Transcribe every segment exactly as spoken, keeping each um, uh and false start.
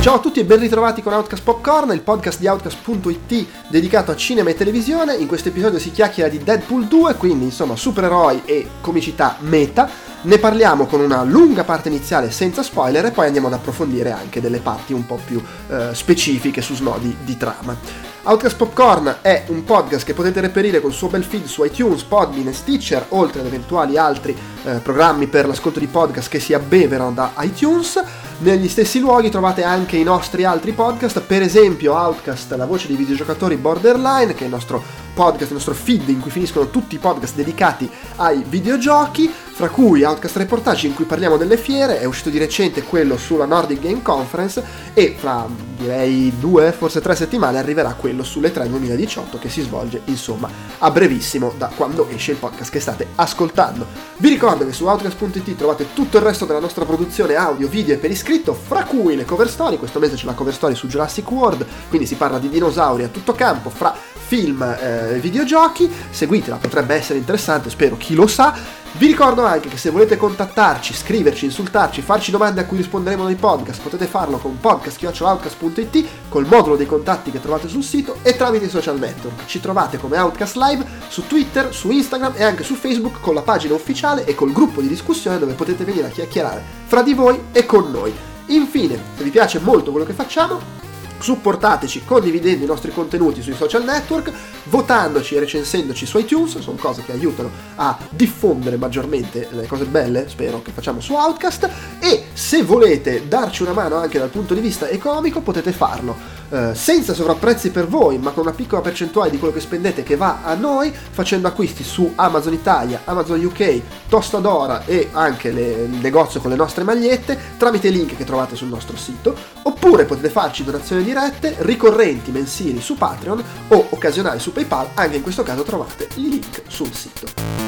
Ciao a tutti e ben ritrovati con Outcast Popcorn, il podcast di Outcast punto it dedicato a cinema e televisione. In questo episodio si chiacchiera di Deadpool due, quindi insomma supereroi e comicità meta. Ne parliamo con una lunga parte iniziale senza spoiler e poi andiamo ad approfondire anche delle parti un po' più eh, specifiche su snodi di trama. Outcast Popcorn è un podcast che potete reperire col suo bel feed su iTunes, Podbean e Stitcher, oltre ad eventuali altri eh, programmi per l'ascolto di podcast che si abbeverano da iTunes. Negli stessi luoghi trovate anche i nostri altri podcast, per esempio Outcast, la voce dei videogiocatori Borderline, che è il nostro podcast, il nostro feed in cui finiscono tutti i podcast dedicati ai videogiochi, fra cui Outcast Reportage in cui parliamo delle fiere, è uscito di recente quello sulla Nordic Game Conference e fra direi due, forse tre settimane arriverà quello sulle tre duemiladiciotto che si svolge insomma a brevissimo da quando esce il podcast che state ascoltando. Vi ricordo che su Outcast punto it trovate tutto il resto della nostra produzione audio, video e per iscritto, fra cui le cover story. Questo mese c'è la cover story su Jurassic World, quindi si parla di dinosauri a tutto campo fra film e eh, videogiochi. Seguitela, potrebbe essere interessante, spero, chi lo sa. Vi ricordo anche che se volete contattarci, scriverci, insultarci, farci domande a cui risponderemo nei podcast, potete farlo con podcast chiocciola outcast punto it, col modulo dei contatti che trovate sul sito e tramite i social network. Ci trovate come Outcast Live su Twitter, su Instagram e anche su Facebook con la pagina ufficiale e col gruppo di discussione dove potete venire a chiacchierare fra di voi e con noi. Infine, se vi piace molto quello che facciamo, supportateci condividendo i nostri contenuti sui social network, votandoci e recensendoci su iTunes, sono cose che aiutano a diffondere maggiormente le cose belle, spero, che facciamo su Outcast. E se volete darci una mano anche dal punto di vista economico potete farlo eh, senza sovrapprezzi per voi, ma con una piccola percentuale di quello che spendete che va a noi, facendo acquisti su Amazon Italia, Amazon U K, Tostadora e anche le, il negozio con le nostre magliette tramite i link che trovate sul nostro sito, oppure potete farci donazioni dirette, ricorrenti, mensili su Patreon o occasionali su PayPal. Anche in questo caso trovate i link sul sito.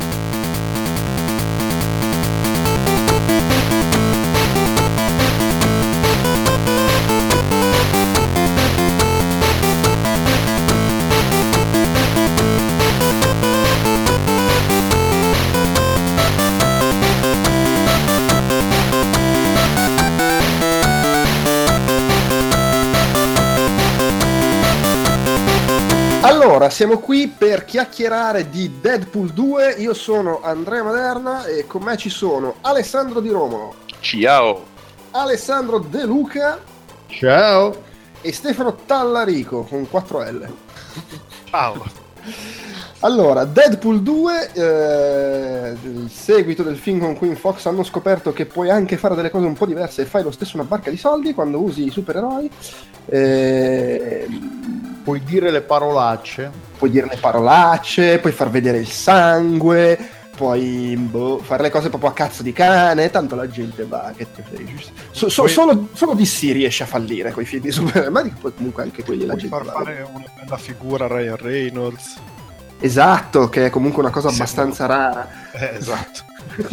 Allora, siamo qui per chiacchierare di Deadpool due. Io sono Andrea Maderna e con me ci sono Alessandro Di Romolo. Ciao. Alessandro De Luca. Ciao. E Stefano Tallarico con quattro L. Ciao. Allora, Deadpool due, eh, il seguito del film con cui in Fox hanno scoperto che puoi anche fare delle cose un po' diverse e fai lo stesso una barca di soldi quando usi i supereroi. Eh, puoi dire le parolacce. Puoi dire le parolacce, puoi far vedere il sangue, puoi boh, fare le cose proprio a cazzo di cane, tanto la gente va, che te so, so, solo, solo D C riesce a fallire coi film di supereroi, ma poi comunque anche quelli la puoi gente far va. fare una bella figura a Ryan Reynolds. Esatto, che è comunque una cosa Siamo... abbastanza rara. Eh, esatto.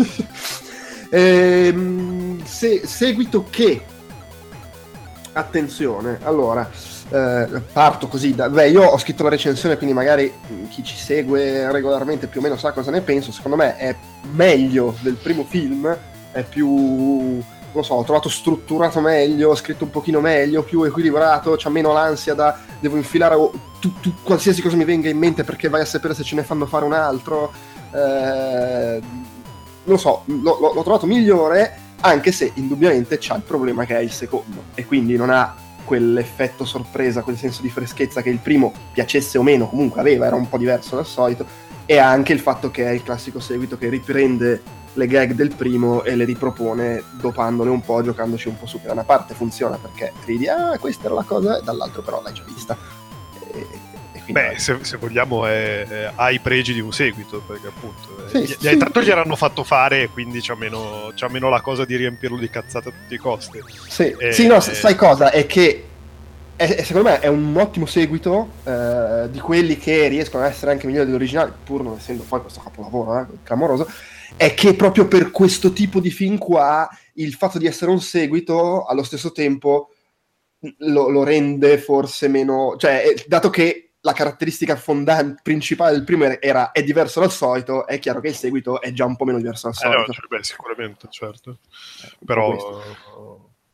ehm, se, seguito che attenzione, allora eh, parto così da, beh, io ho scritto la recensione, quindi magari chi ci segue regolarmente più o meno sa cosa ne penso. Secondo me è meglio del primo film, è più, non lo so, ho trovato strutturato meglio, scritto un pochino meglio, più equilibrato, c'ha meno l'ansia da devo infilare tu, tu, qualsiasi cosa mi venga in mente perché vai a sapere se ce ne fanno fare un altro. Eh, non so, lo, lo, l'ho trovato migliore, anche se indubbiamente c'ha il problema che è il secondo e quindi non ha quell'effetto sorpresa, quel senso di freschezza che il primo, piacesse o meno, comunque aveva, era un po' diverso dal solito, e anche il fatto che è il classico seguito che riprende le gag del primo e le ripropone dopandole un po', giocandoci un po' su, che da una parte funziona perché ridi, ah questa era la cosa, e dall'altro però l'hai già vista. E, Beh, se, se vogliamo è, è, ha i pregi di un seguito, perché appunto sì, gli, sì. gli, intanto gliel'hanno fatto fare e quindi c'ha meno, c'ha meno la cosa di riempirlo di cazzate a tutti i costi. Sì, e, sì no, e... sai cosa? È che è, è, secondo me è un ottimo seguito eh, di quelli che riescono ad essere anche migliori dell'originale, pur non essendo poi questo capolavoro eh, clamoroso. È che proprio per questo tipo di film qua il fatto di essere un seguito allo stesso tempo lo, lo rende forse meno, cioè dato che la caratteristica fondante principale del primo era è diverso dal solito, è chiaro che il seguito è già un po' meno diverso dal solito. Eh no, cioè, beh, sicuramente, certo. Però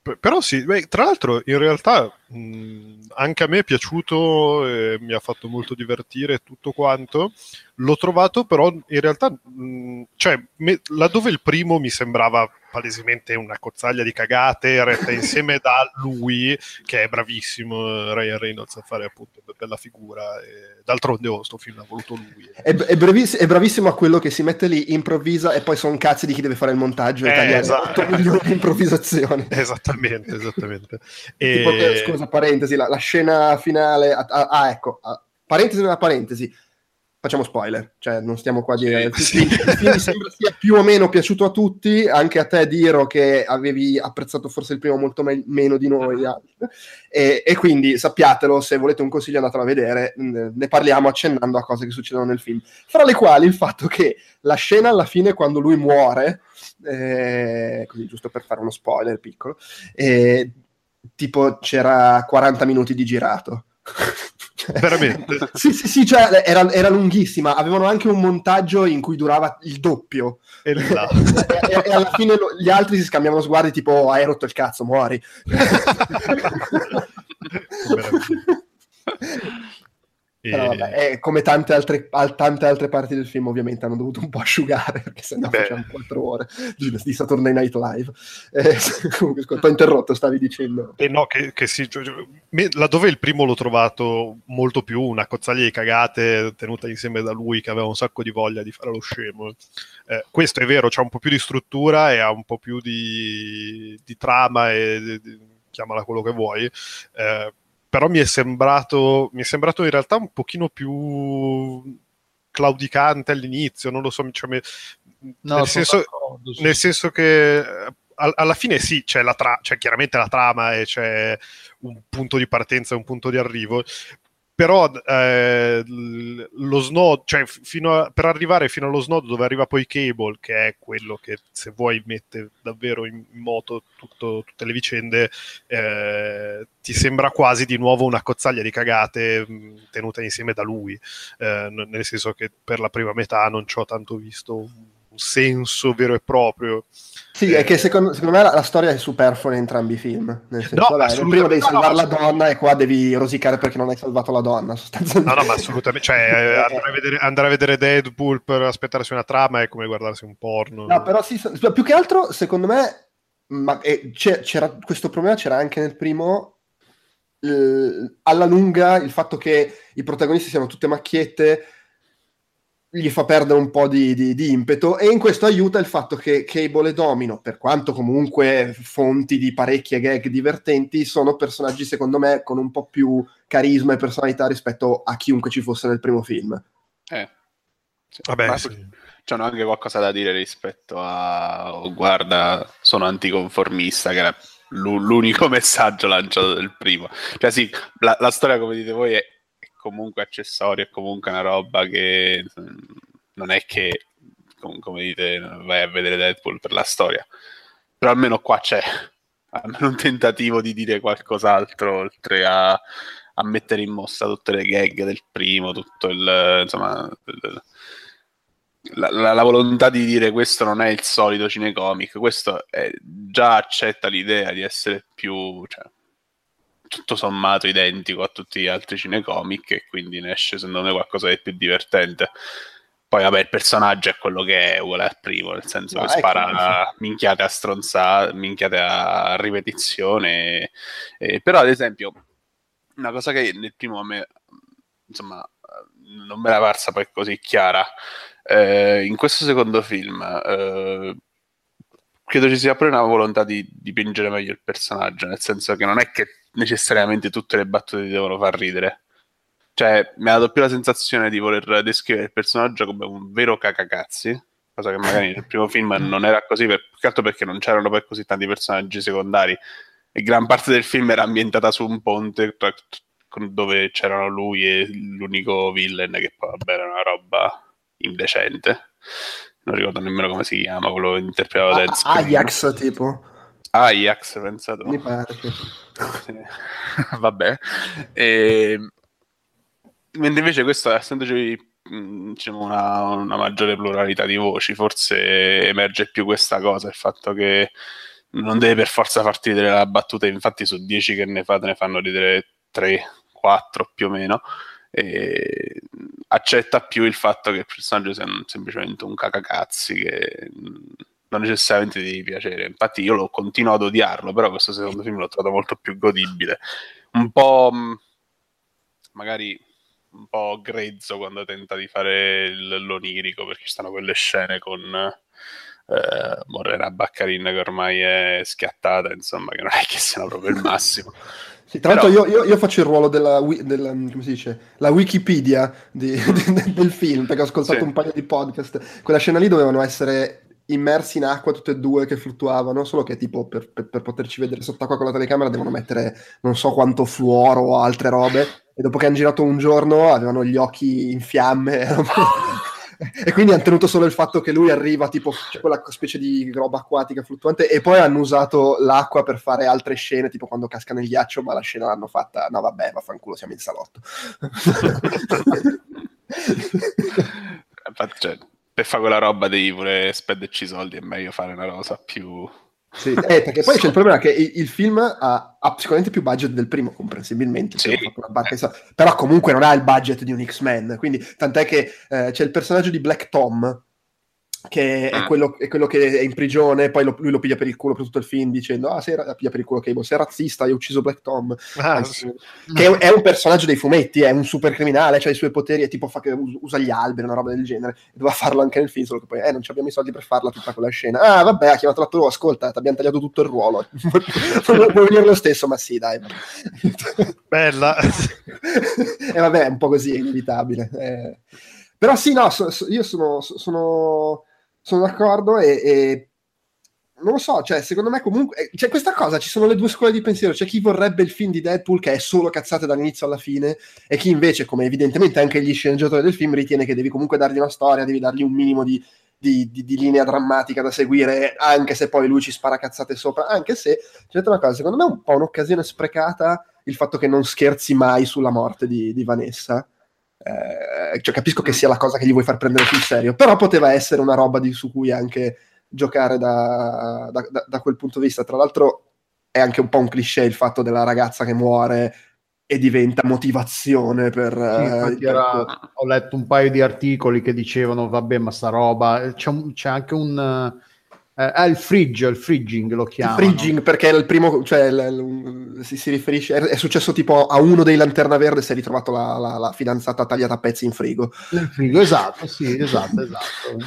P- però sì, beh, tra l'altro in realtà mh, anche a me è piaciuto, eh, mi ha fatto molto divertire tutto quanto. L'ho trovato però in realtà, mh, cioè, me- laddove il primo mi sembrava palesemente una cozzaglia di cagate retta insieme da lui, che è bravissimo, Ryan Reynolds, a fare appunto be- bella figura, e d'altronde oh, sto film l'ha voluto lui. È, è, breviss- è bravissimo a quello che si mette lì, improvvisa e poi sono cazzi di chi deve fare il montaggio e Eh, tagliare esatto. otto milioni di improvvisazioni. Esattamente, esattamente. Tipo, eh, E... scusa, parentesi, la, la scena finale... Ah, ah, ecco, ah, parentesi nella parentesi. Facciamo spoiler, cioè non stiamo qua a dire... Sì, il, sì. il film mi sembra sia più o meno piaciuto a tutti, anche a te, Diro, che avevi apprezzato forse il primo molto me- meno di noi. E, e quindi sappiatelo, se volete un consiglio andatelo a vedere, ne parliamo accennando a cose che succedono nel film. Fra le quali il fatto che la scena alla fine, quando lui muore, eh, così giusto per fare uno spoiler piccolo, eh, tipo c'era quaranta minuti di girato. Veramente? Sì, sì, sì, cioè era, era lunghissima. Avevano anche un montaggio in cui durava il doppio. E là. e, e, e alla fine lo, gli altri si scambiavano sguardi tipo hai rotto il cazzo, muori. Però vabbè, è come tante altre, al, tante altre parti del film ovviamente hanno dovuto un po' asciugare, perché sennò Beh. facciamo quattro ore di, di Saturday Night Live. Eh, comunque, ti ho interrotto, stavi dicendo. E no, che, che sì, cioè, me, laddove il primo l'ho trovato molto più una cozzaglia di cagate tenuta insieme da lui che aveva un sacco di voglia di fare lo scemo. Eh, questo è vero, c'ha un po' più di struttura e ha un po' più di, di trama e di, di, chiamala quello che vuoi. Eh, però mi è sembrato mi è sembrato in realtà un pochino più claudicante all'inizio, non lo so, cioè, me, no, nel, senso, sì. nel senso che all- alla fine sì, c'è, la tra- c'è chiaramente la trama e c'è un punto di partenza e un punto di arrivo, però eh, lo snodo, cioè fino a, per arrivare fino allo snodo dove arriva poi Cable, che è quello che se vuoi mette davvero in, in moto tutto, tutte le vicende, eh, ti sembra quasi di nuovo una cozzaglia di cagate mh, tenuta insieme da lui, eh, n- nel senso che per la prima metà non ci ho tanto visto un, un senso vero e proprio. Sì, eh, è che secondo, secondo me la, la storia è superflua in entrambi i film. Nel senso, no, vabbè, nel primo devi no, no, salvare no, la donna e qua devi rosicare perché non hai salvato la donna, sostanzialmente. No, no, ma assolutamente. Cioè, eh, andare, a vedere, andare a vedere Deadpool per aspettarsi una trama è come guardarsi un porno. No, però sì, più che altro, secondo me, ma, eh, c'era, questo problema c'era anche nel primo, eh, alla lunga, il fatto che i protagonisti siano tutte macchiette gli fa perdere un po' di, di, di impeto, e in questo aiuta il fatto che Cable e Domino, per quanto comunque fonti di parecchie gag divertenti, sono personaggi secondo me con un po' più carisma e personalità rispetto a chiunque ci fosse nel primo film. Eh. Sì. Vabbè, Ma sì. c'è anche qualcosa da dire rispetto a oh, guarda, sono anticonformista, che era l'unico messaggio lanciato del primo. Cioè sì, la, la storia, come dite voi, è comunque accessorio, è comunque una roba che non è che, come dite, vai a vedere Deadpool per la storia, però almeno qua c'è almeno un tentativo di dire qualcos'altro oltre a, a mettere in mostra tutte le gag del primo, tutto il, insomma, il, la, la, la volontà di dire questo non è il solito cinecomic, questo è, già accetta l'idea di essere più, cioè, tutto sommato identico a tutti gli altri cinecomic, e quindi ne esce secondo me qualcosa di più divertente. Poi vabbè, il personaggio è quello che è uguale al primo, nel senso No, che spara ecco, minchiate a stronzate, minchiate a ripetizione, e, però ad esempio una cosa che nel primo a me insomma non me la parsa poi così chiara, eh, in questo secondo film eh, credo ci sia pure una volontà di dipingere meglio il personaggio, nel senso che non è che necessariamente tutte le battute ti devono far ridere. Cioè, mi ha dato più la sensazione di voler descrivere il personaggio come un vero cacacazzi, cosa che magari nel primo film non era così, per, più che altro perché non c'erano poi così tanti personaggi secondari, e gran parte del film era ambientata su un ponte tra, dove c'erano lui e l'unico villain, che poi vabbè era una roba indecente. Non ricordo nemmeno come si chiama, quello interpretato da Ed Skrein. Ajax, tipo. Ajax, pensato. Mi pare, sì. Sì. Vabbè. E... mentre invece questo, essendoci diciamo una, una maggiore pluralità di voci, forse emerge più questa cosa, il fatto che non deve per forza farti ridere la battuta, infatti su dieci che ne fa te ne fanno ridere tre quattro più o meno, e accetta più il fatto che il personaggio sia semplicemente un cacacazzi che non necessariamente ti devi piacere. Infatti io lo continuo ad odiarlo, però questo secondo film l'ho trovato molto più godibile, un po' magari un po' grezzo quando tenta di fare il, l'onirico, perché ci stanno quelle scene con eh, Morena Baccarin che ormai è schiattata, insomma, che non è che siano proprio il massimo. Sì, tra l'altro Però... io, io, io faccio il ruolo della, wi- della come si dice, la Wikipedia di, di- del film, perché ho ascoltato Sì. un paio di podcast. Quella scena lì dovevano essere immersi in acqua tutte e due che fluttuavano, solo che tipo per, per, per poterci vedere sott'acqua con la telecamera devono mettere non so quanto fluoro o altre robe, e dopo che hanno girato un giorno avevano gli occhi in fiamme e quindi hanno tenuto solo il fatto che lui arriva tipo c'è quella specie di roba acquatica fluttuante, e poi hanno usato l'acqua per fare altre scene tipo quando casca nel ghiaccio, ma la scena l'hanno fatta no vabbè vaffanculo siamo in salotto. Infatti, cioè, per fare quella roba devi pure spenderci i soldi, è meglio fare una cosa più... Sì, eh, perché poi c'è il problema che il, il film ha, ha sicuramente più budget del primo, comprensibilmente, Sì. fatto una barca di... però comunque non ha il budget di un X-Men, quindi tant'è che eh, c'è il personaggio di Black Tom, che è quello, è quello che è in prigione, poi lo, lui lo piglia per il culo per tutto il film dicendo ah sei ra- piglia per il culo Cable, sei razzista, hai ucciso Black Tom. Ah, eh, sì. che è, è un personaggio dei fumetti, è un super criminale, ha i suoi poteri, è tipo fa che usa gli alberi, una roba del genere, doveva farlo anche nel film, solo che poi eh, non abbiamo i soldi per farla tutta quella scena. Ah vabbè, ha chiamato l'attore, ascolta, ti abbiamo tagliato tutto il ruolo vuoi venire lo stesso? Ma sì dai. Bella. E vabbè, è un po' così, è inevitabile. Eh. Però sì, no, so, so, io sono, sono, sono d'accordo e, e non lo so, cioè, secondo me comunque... C'è questa cosa, ci sono le due scuole di pensiero. C'è chi vorrebbe il film di Deadpool che è solo cazzate dall'inizio alla fine, e chi invece, come evidentemente anche gli sceneggiatori del film, ritiene che devi comunque dargli una storia, devi dargli un minimo di, di, di, di linea drammatica da seguire, anche se poi lui ci spara cazzate sopra. Anche se, c'è una cosa, secondo me è un po' un'occasione sprecata il fatto che non scherzi mai sulla morte di, di Vanessa. Eh, cioè capisco che sia la cosa che gli vuoi far prendere sul serio, però poteva essere una roba di, su cui anche giocare da, da, da, da quel punto di vista. Tra l'altro è anche un po' un cliché il fatto della ragazza che muore e diventa motivazione per... Sì, eh, era, ho letto un paio di articoli che dicevano vabbè ma sta roba c'è, un, c'è anche un eh, è il fridge, il frigging lo chiamano. Il frigging perché è il primo, cioè l, l, si, si riferisce, è, è successo tipo a uno dei Lanterna Verde, si è ritrovato la, la, la fidanzata tagliata a pezzi in frigo. Nel frigo, esatto, sì, esatto, esatto.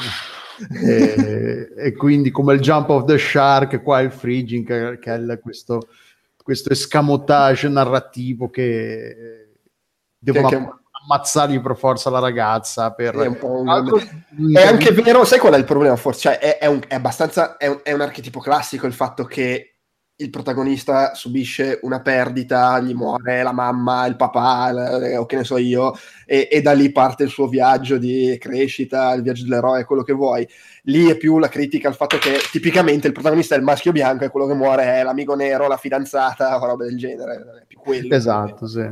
e, e quindi come il Jump of the Shark, qua il frigging che, che è il, questo, questo escamotage narrativo che devono che, che... ammazzargli per forza la ragazza per... è, un po un... Altro... è anche vero, sai qual è il problema forse? Cioè, è, è, un, è abbastanza è un, è un archetipo classico il fatto che il protagonista subisce una perdita, gli muore la mamma, il papà, l- o che ne so io, e, e da lì parte il suo viaggio di crescita, il viaggio dell'eroe, quello che vuoi. Lì è più la critica al fatto che tipicamente il protagonista è il maschio bianco e quello che muore è l'amico nero, la fidanzata, o roba del genere. È più quello. Esatto, sì.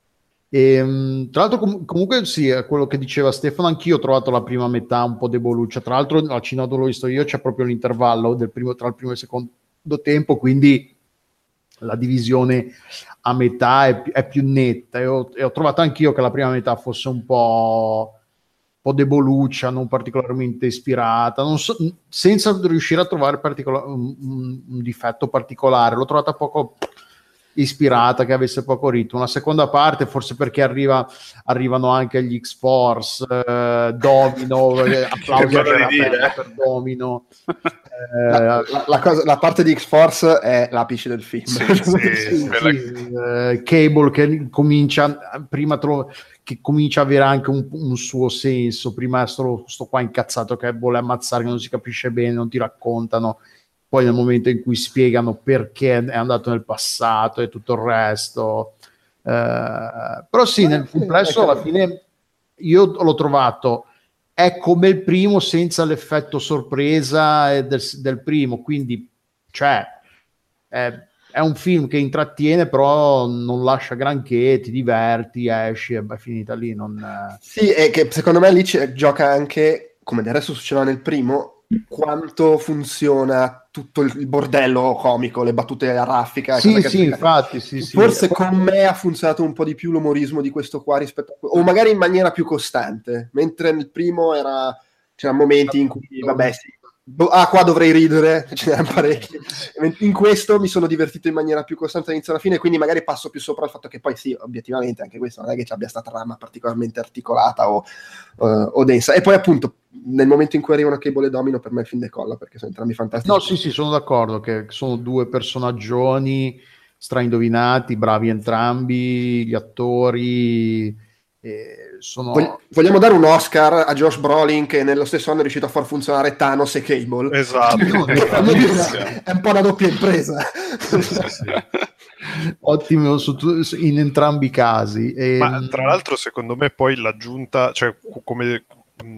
E, tra l'altro com- comunque sì, è quello che diceva Stefano, anch'io ho trovato la prima metà un po' deboluccia. Tra l'altro al cinema dove l'ho visto io c'è proprio l'intervallo del primo, tra il primo e il secondo tempo, quindi la divisione a metà è, è più netta, e ho, e ho trovato anch'io che la prima metà fosse un po', un po' deboluccia, non particolarmente ispirata, non so, senza riuscire a trovare particola- un, un, un difetto particolare. L'ho trovata poco ispirata, che avesse poco ritmo. La seconda parte forse perché arriva, arrivano anche gli X-Force, eh, Domino, eh, applausi per, per Domino. Eh, la, la, la, cosa, la parte di X-Force è l'apice del film. Sì, sì, sì, sì, sì. Eh, Cable che comincia prima tro- che comincia a avere anche un, un suo senso. Prima è solo sto qua incazzato che vuole ammazzare, che non si capisce bene, non ti raccontano. Poi nel momento in cui spiegano perché è andato nel passato e tutto il resto, eh, però sì, nel complesso alla fine io l'ho trovato, è come il primo senza l'effetto sorpresa del, del primo, quindi cioè è, è un film che intrattiene però non lascia granché, ti diverti, esci e è finita lì. Non... Sì, e che secondo me lì gioca anche, come del resto succedeva nel primo, quanto funziona tutto il bordello comico, le battute a raffica. Sì, sì, infatti, sì, forse sì. con me ha funzionato un po' di più l'umorismo di questo qua rispetto a... o magari in maniera più costante, mentre nel primo era... c'erano momenti in cui, vabbè, sì, ah, qua dovrei ridere, ce n'erano parecchi. In questo mi sono divertito in maniera più costante dall'inizio alla fine, quindi magari passo più sopra il fatto che poi sì, obiettivamente anche questo non è che ci abbia stata trama particolarmente articolata o, uh, o densa. E poi appunto nel momento in cui arrivano Cable e Domino per me il film decolla, perché sono entrambi fantastici. No, sì, sì, sono d'accordo che sono due personaggioni straindovinati, bravi entrambi, gli attori... Sono... Vogliamo dare un Oscar a Josh Brolin che nello stesso anno è riuscito a far funzionare Thanos e Cable. Esatto. È un po' una doppia impresa. Sì, sì, sì. Ottimo su tu- in entrambi i casi. E... Ma tra l'altro secondo me poi l'aggiunta, cioè come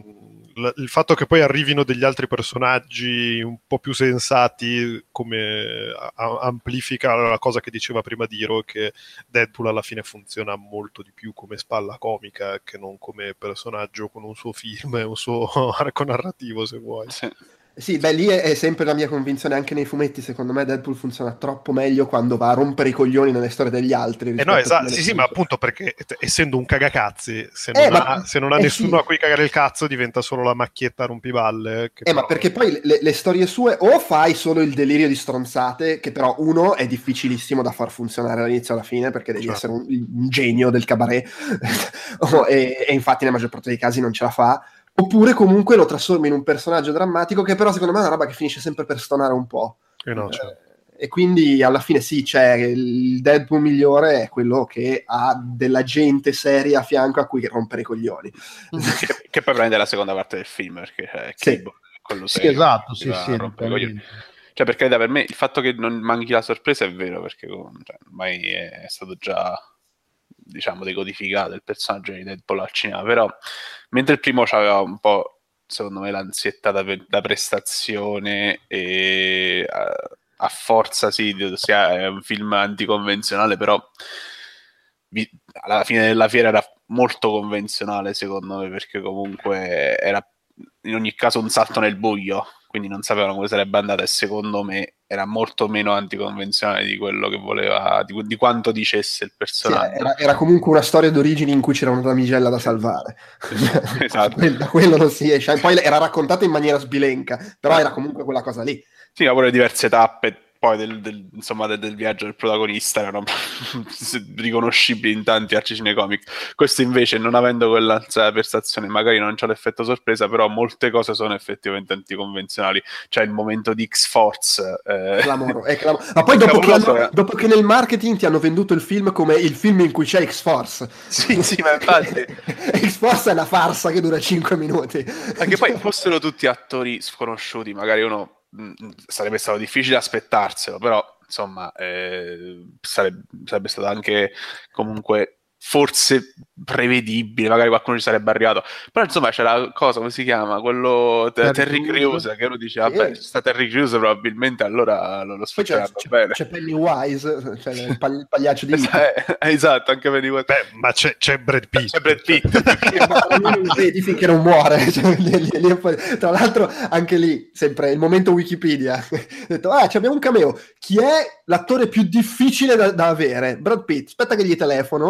l- il fatto che poi arrivino degli altri personaggi un po' più sensati come a- amplifica la cosa che diceva prima Diro, che Deadpool alla fine funziona molto di più come spalla comica che non come personaggio con un suo film e un suo arco narrativo, se vuoi. Sì. Sì, beh, lì è, è sempre la mia convinzione, anche nei fumetti, secondo me Deadpool funziona troppo meglio quando va a rompere i coglioni nelle storie degli altri. Eh no, esatto, sì, sì, ma appunto perché essendo un cagacazzi, se eh, non ma, ha, se non ha eh, nessuno sì. a cui cagare il cazzo, diventa solo la macchietta rompiballe. Che eh, però... ma perché poi le, le storie sue o fai solo il delirio di stronzate, che però uno è difficilissimo da far funzionare dall'inizio alla fine, perché devi certo. essere un, un genio del cabaret, oh, e, e infatti nella maggior parte dei casi non ce la fa. Oppure comunque lo trasformi in un personaggio drammatico che però secondo me è una roba che finisce sempre per stonare un po'. Eh no, certo. eh, e quindi alla fine sì, c'è il Deadpool migliore è quello che ha della gente seria a fianco a cui rompere i coglioni. che, che poi prende la seconda parte del film, perché è sì. quello sì, serio, esatto, sì, sì, cioè per carità, per me il fatto che non manchi la sorpresa è vero, perché cioè, ormai è stato già, diciamo, decodificato il personaggio di Deadpool al cinema, però mentre il primo c'aveva un po', secondo me, l'ansietta da, da prestazione e a, a forza sì, sia è un film anticonvenzionale, però vi, alla fine della fiera era molto convenzionale secondo me, perché comunque era in ogni caso un salto nel buio, quindi non sapevano come sarebbe andata, e secondo me era molto meno anticonvenzionale di quello che voleva, di, di quanto dicesse il personaggio. Sì, era, era comunque una storia d'origini in cui c'era una damigella da salvare. Esatto. Da quello non si esce. Poi era raccontata in maniera sbilenca, però era comunque quella cosa lì. Sì, ma pure diverse tappe poi del, del, insomma, del, del viaggio del protagonista erano riconoscibili in tanti arci cinecomic. Questo invece, non avendo quella prestazione, magari non c'ha l'effetto sorpresa, però molte cose sono effettivamente anticonvenzionali. C'è il momento di X-Force. Eh... Clamoro, è clamoro. Ma poi dopo che, hanno, dopo che nel marketing ti hanno venduto il film come il film in cui c'è X-Force. Sì, sì, ma infatti... X-Force è una farsa che dura cinque minuti. Anche poi fossero tutti attori sconosciuti, magari uno sarebbe stato difficile aspettarselo, però insomma eh, sarebbe, sarebbe stato anche comunque forse prevedibile, magari qualcuno ci sarebbe arrivato, però insomma c'è la cosa, come si chiama, quello Terry, Terry Crews, che uno dice vabbè, sì. Sta Terry Crews probabilmente allora lo, lo sfrucceranno c'è, bene. C'è Pennywise, cioè il, pag- il pagliaccio di eh, esatto, anche Pennywise. Beh, ma c'è, c'è Brad Pitt, c'è Brad Pitt. Non lo vedi finché non muore. Cioè, lì, lì, tra l'altro anche lì sempre il momento Wikipedia, ho detto ah abbiamo un cameo, chi è l'attore più difficile da, da avere? Brad Pitt, aspetta che gli telefono.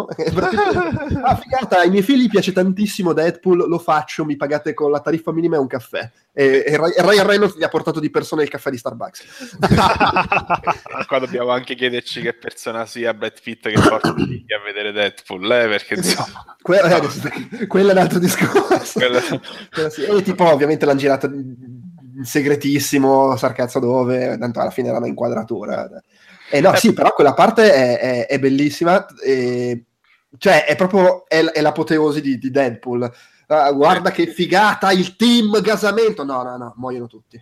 Ah, figata, ai miei figli piace tantissimo Deadpool, lo faccio, mi pagate con la tariffa minima e un caffè. E, e Ryan Reynolds gli ha portato di persona il caffè di Starbucks. Qua dobbiamo anche chiederci che persona sia Brad Pitt che porta i figli a vedere Deadpool, eh, perché insomma... Que- eh, quello è un altro discorso. Quella... Quella sì. E tipo ovviamente l'hanno girato segretissimo, sarcazzo dove, tanto alla fine era una inquadratura. E no, sì, però quella parte è, è, è bellissima, e... cioè è proprio è, è l'apoteosi di, di Deadpool. Uh, guarda che figata il team gasamento, no no no muoiono tutti.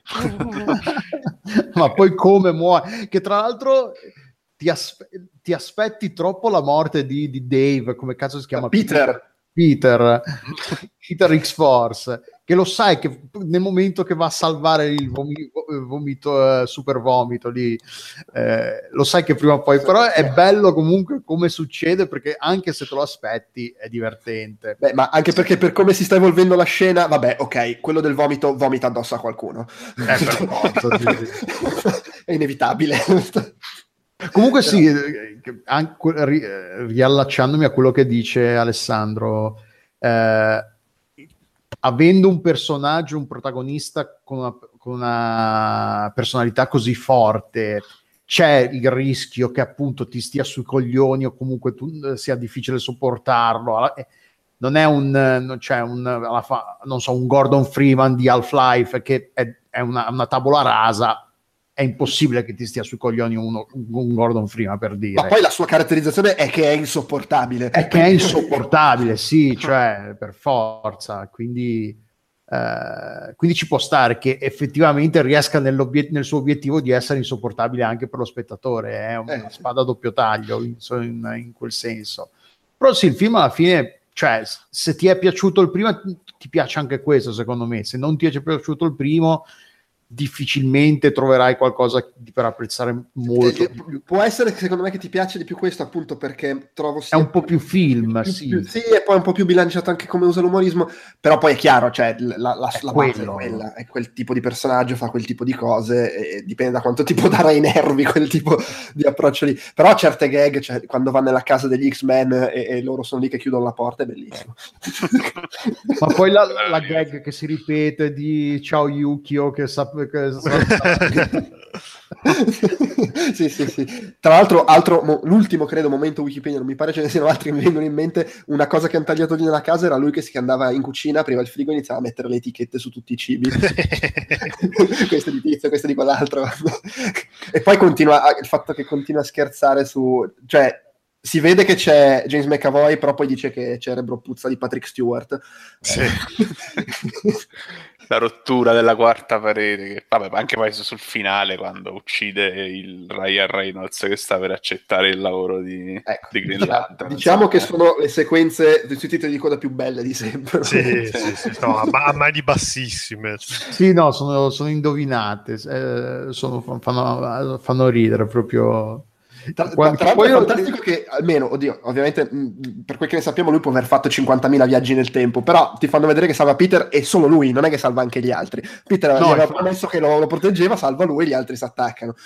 Ma poi come muore, che tra l'altro ti, aspe- ti aspetti troppo la morte di, di Dave, come cazzo si chiama? Peter Peter, Peter X-Force, che lo sai che nel momento che va a salvare il vomi- vomito, eh, super vomito lì, eh, lo sai che prima o poi, però è bello comunque come succede, perché anche se te lo aspetti è divertente. Beh, ma anche perché per come si sta evolvendo la scena, vabbè, ok, quello del vomito vomita addosso a qualcuno. Eh, per forza, sì, sì. È inevitabile. Comunque sì, eh, anche, ri, riallacciandomi a quello che dice Alessandro, eh, avendo un personaggio, un protagonista con una, con una personalità così forte, c'è il rischio che appunto ti stia sui coglioni o comunque tu, sia difficile sopportarlo. Non è un, non c'è un, non so, un Gordon Freeman di Half-Life che è, è una, una tavola rasa. È impossibile che ti stia sui coglioni uno, un Gordon Freeman, per dire. Ma poi la sua caratterizzazione è che è insopportabile. È che è insopportabile, sì, cioè, per forza. Quindi, eh, quindi ci può stare che effettivamente riesca nel suo obiettivo di essere insopportabile anche per lo spettatore. È una eh. spada a doppio taglio, in, in, in quel senso. Però sì, il film alla fine, cioè, se ti è piaciuto il primo, ti piace anche questo, secondo me. Se non ti è piaciuto il primo, difficilmente troverai qualcosa di, per apprezzare molto. Eh, può essere che secondo me che ti piace di più questo, appunto perché trovo sia è un po' più film, più, sì. Più, sì, e poi un po' più bilanciato anche come usa l'umorismo, però poi è chiaro, cioè la, la, è la quello, base è quella, è quel tipo di personaggio, fa quel tipo di cose, e dipende da quanto ti può dare ai nervi quel tipo di approccio lì. Però certe gag, cioè, quando va nella casa degli X-Men e, e loro sono lì che chiudono la porta, è bellissimo. Ma poi la, la gag che si ripete di ciao Yukio che sa, che sa sì, sì, sì. Tra l'altro, altro, mo, l'ultimo credo momento Wikipedia, non mi pare ce ne siano altri, mi vengono in mente. Una cosa che hanno tagliato lì nella casa era lui che si andava in cucina, apriva il frigo e iniziava a mettere le etichette su tutti i cibi. Questo di tizio, questo di quell'altro. E poi continua il fatto che continua a scherzare su, cioè si vede che c'è James McAvoy, però poi dice che cerebro puzza di Patrick Stewart. Sì. La rottura della quarta parete, che, vabbè, ma anche poi sul finale quando uccide il Ryan Reynolds che sta per accettare il lavoro di, ecco, di Green diciamo, Lantern. Diciamo che sono le sequenze sui titoli di coda più belle di sempre. Sì, sì, sì, no, a mani bassissime. Sì, no, sono, sono indovinate, eh, sono, fanno, fanno ridere proprio. Tra, tra l'altro poi è fantastico che almeno, oddio, ovviamente mh, per quel che ne sappiamo lui può aver fatto cinquantamila viaggi nel tempo, però ti fanno vedere che salva Peter e solo lui, non è che salva anche gli altri. Peter no, gli aveva promesso che lo, lo proteggeva, salva lui e gli altri si attaccano.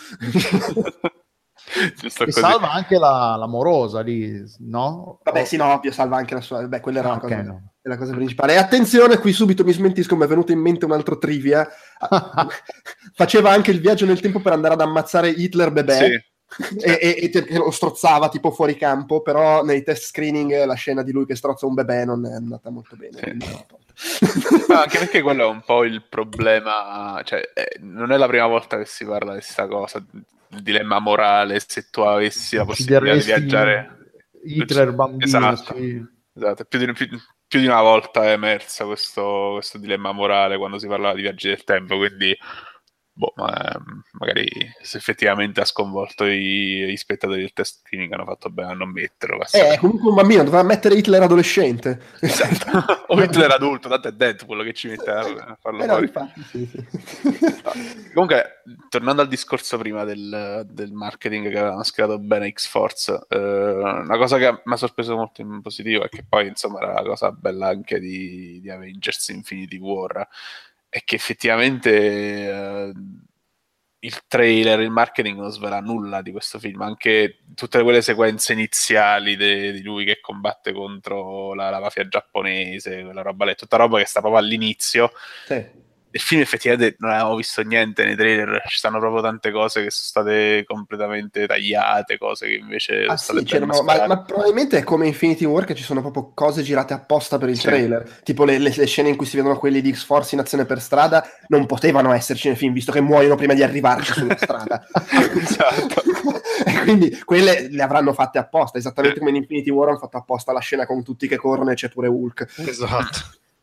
E salva anche la, l'amorosa lì, no? Vabbè, sì, no, ovvio, salva anche la sua. Beh, quella era, ah, la, cosa, okay, no. è la cosa principale. E attenzione, qui subito mi smentisco, mi è venuto in mente un altro trivia. Faceva anche il viaggio nel tempo per andare ad ammazzare Hitler bebè. Sì. E, e, e lo strozzava tipo fuori campo, però nei test screening la scena di lui che strozza un bebè non è andata molto bene. Sì. No, anche perché quello è un po' il problema, cioè eh, non è la prima volta che si parla di questa cosa, il dilemma morale, se tu avessi la possibilità di viaggiare Hitler bambino, esatto, sì. Esatto. Più, di, più, più di una volta è emersa questo, questo dilemma morale quando si parlava di viaggi del tempo, quindi boh, ma magari se effettivamente ha sconvolto i, gli spettatori del test clinico hanno fatto bene a non metterlo. Eh, comunque un bambino doveva mettere Hitler adolescente. Esatto. O Hitler adulto, tanto è Deadpool che ci mette a, a farlo eh fuori. No, infatti, sì, sì. No. Comunque, tornando al discorso prima del, del marketing che avevano scritto bene X-Force, eh, una cosa che mi ha sorpreso molto in positivo è che poi, insomma, era la cosa bella anche di, di Avengers Infinity War, è che effettivamente eh, il trailer, il marketing non svela nulla di questo film, anche tutte quelle sequenze iniziali de, di lui che combatte contro la, la mafia giapponese, quella roba lì, tutta roba che sta proprio all'inizio. Sì. Il film effettivamente non avevamo visto niente nei trailer, ci stanno proprio tante cose che sono state completamente tagliate, cose che invece ah, sono sì, state ma, ma, ma probabilmente è come Infinity War che ci sono proprio cose girate apposta per il sì. trailer, tipo le, le, le scene in cui si vedono quelli di X-Force in azione per strada non potevano esserci nel film visto che muoiono prima di arrivarci sulla strada. Esatto. E quindi quelle le avranno fatte apposta, esattamente come in Infinity War hanno fatto apposta la scena con tutti che corrono e c'è pure Hulk. Esatto.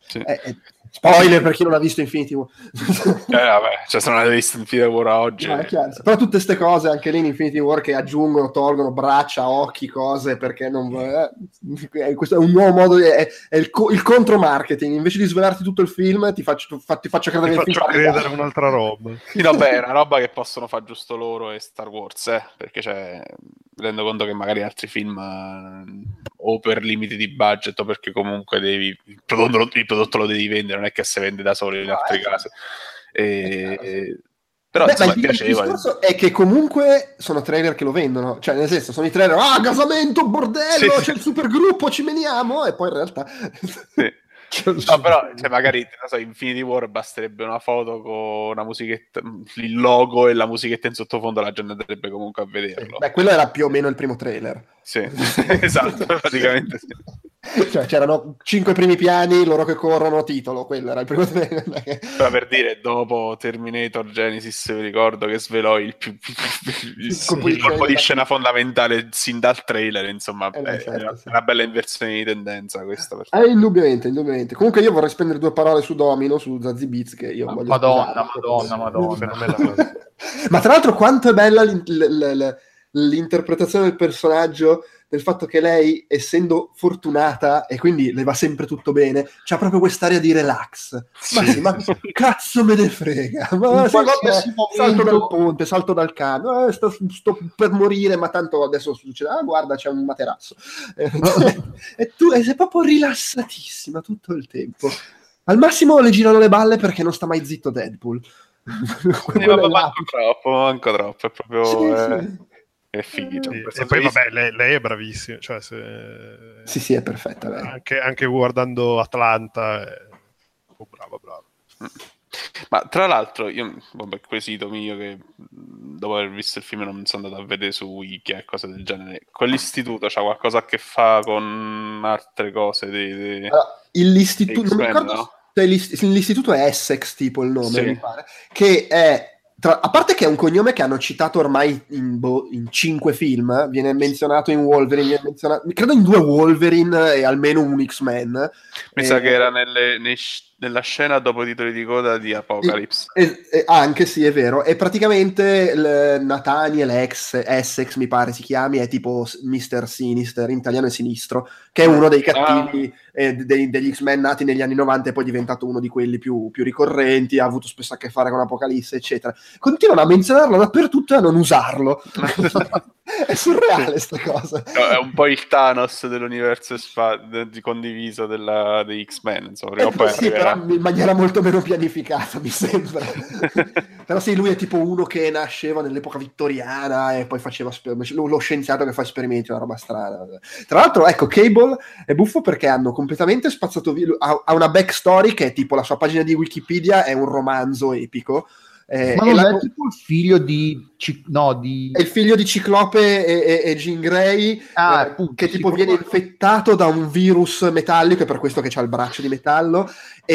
Sì. Eh, eh, spoiler per chi non ha visto Infinity War. Eh, vabbè, cioè se non avete visto Infinity War oggi... No, è chiaro. Però tutte queste cose anche lì in Infinity War che aggiungono, tolgono braccia, occhi, cose, perché non... Eh, questo è un nuovo modo, di, è, è il, co- il contro-marketing. Invece di svelarti tutto il film, ti faccio, fa, ti faccio credere Ti che il faccio film credere un'altra roba. Sì, no, beh, è una roba che possono fare giusto loro e Star Wars, eh, perché cioè, mi rendo conto che magari altri film eh, o per limiti di budget o perché comunque devi il prodotto, il prodotto lo devi vendere, non è che si vende da solo in No, altri è casi. E... È Però Beh, insomma ma il, il piacevole. discorso è che comunque sono trailer che lo vendono, cioè nel senso sono i trailer, ah, gasamento, bordello, Sì. c'è il supergruppo, ci meniamo, e poi in realtà... Sì. No, però cioè, magari non so, Infinity War basterebbe una foto con una musichetta, il logo e la musichetta in sottofondo, la gente andrebbe comunque a vederlo. Beh, quello era più o meno il primo trailer. Sì, esatto, praticamente sì. Cioè c'erano cinque primi piani, loro che corrono, titolo, quello era il primo trailer. Però per dire, dopo Terminator Genesis vi ricordo che svelò il, più, il, Sì, il colpo di scena fondamentale sin dal trailer, insomma eh, è, certo, è una, sì. una bella inversione di tendenza questa. Per Eh, indubbiamente, indubbiamente. Comunque io vorrei spendere due parole su Domino, su Zazie Beetz, che io voglio Madonna, sposare. Madonna, Madonna. Ma tra l'altro quanto è bella l'in- l- l- l- l'interpretazione del personaggio, del fatto che lei, essendo fortunata e quindi le va sempre tutto bene, c'ha proprio quest'aria di relax. Ma Sì, sì, ma sì, cazzo me ne frega. Ma In sì, vabbè, qualsiasi salto momento- dal ponte, salto dal camion, eh, sto, sto per morire, ma tanto adesso succede, ah guarda c'è un materasso. Eh, e tu e sei proprio rilassatissima tutto il tempo. Al massimo le girano le balle perché non sta mai zitto Deadpool. Sì, Quello ma è manco troppo, manco troppo, è proprio Sì, eh, sì. è fighito. Sì, Questo e poi servizio- vabbè, lei, lei è bravissima, cioè se... Sì, sì, è perfetta lei. Anche, anche guardando Atlanta è... oh, brava, brava. Ma tra l'altro, io, vabbè, quesito mio che mh, dopo aver visto il film non sono andato a vedere su Wiki e cose del genere. Quell'istituto c'ha qualcosa a che fa con altre cose di, di- Allora, l'istituto, non mi X-Men, ricordo no? se l'ist- l'istituto è Essex, tipo il nome, Sì. mi pare, che è, tra- a parte che è un cognome che hanno citato ormai in, boh, in cinque film, viene menzionato in Wolverine, viene menzionato, credo in due Wolverine e almeno un X-Men. Mi Eh, sa che era nelle- nei sc- nella scena dopo i titoli di coda di Apocalypse. E, e- anche sì, è vero. E praticamente il Nathaniel Ex, Essex, mi pare si chiami, è tipo mister Sinister, in italiano è Sinistro, che è uno dei cattivi eh, dei- degli X-Men nati negli anni novanta e poi è diventato uno di quelli più, più ricorrenti, ha avuto spesso a che fare con Apocalisse, eccetera. Continuano a menzionarlo dappertutto e a non usarlo. È surreale sta cosa. No, è un po' il Thanos dell'universo spa- de- di condiviso della, dei X-Men, insomma, prima o Eh, poi sì, arriverà. però in maniera molto meno pianificata, mi sembra. Però sì, lui è tipo uno che nasceva nell'epoca vittoriana e poi faceva sper- lo scienziato che fa esperimenti, una roba strana. Tra l'altro, ecco, Cable è buffo perché hanno completamente spazzato via, ha, ha una backstory che è tipo la sua pagina di Wikipedia è un romanzo epico. Eh, Ma e non la- è tipo il figlio di... Ci- no, di... è il figlio di Ciclope e, e, e Jean Grey, Ah, eh, appunto, che sì, tipo proprio- viene infettato da un virus metallico, è per questo che c'ha il braccio di metallo,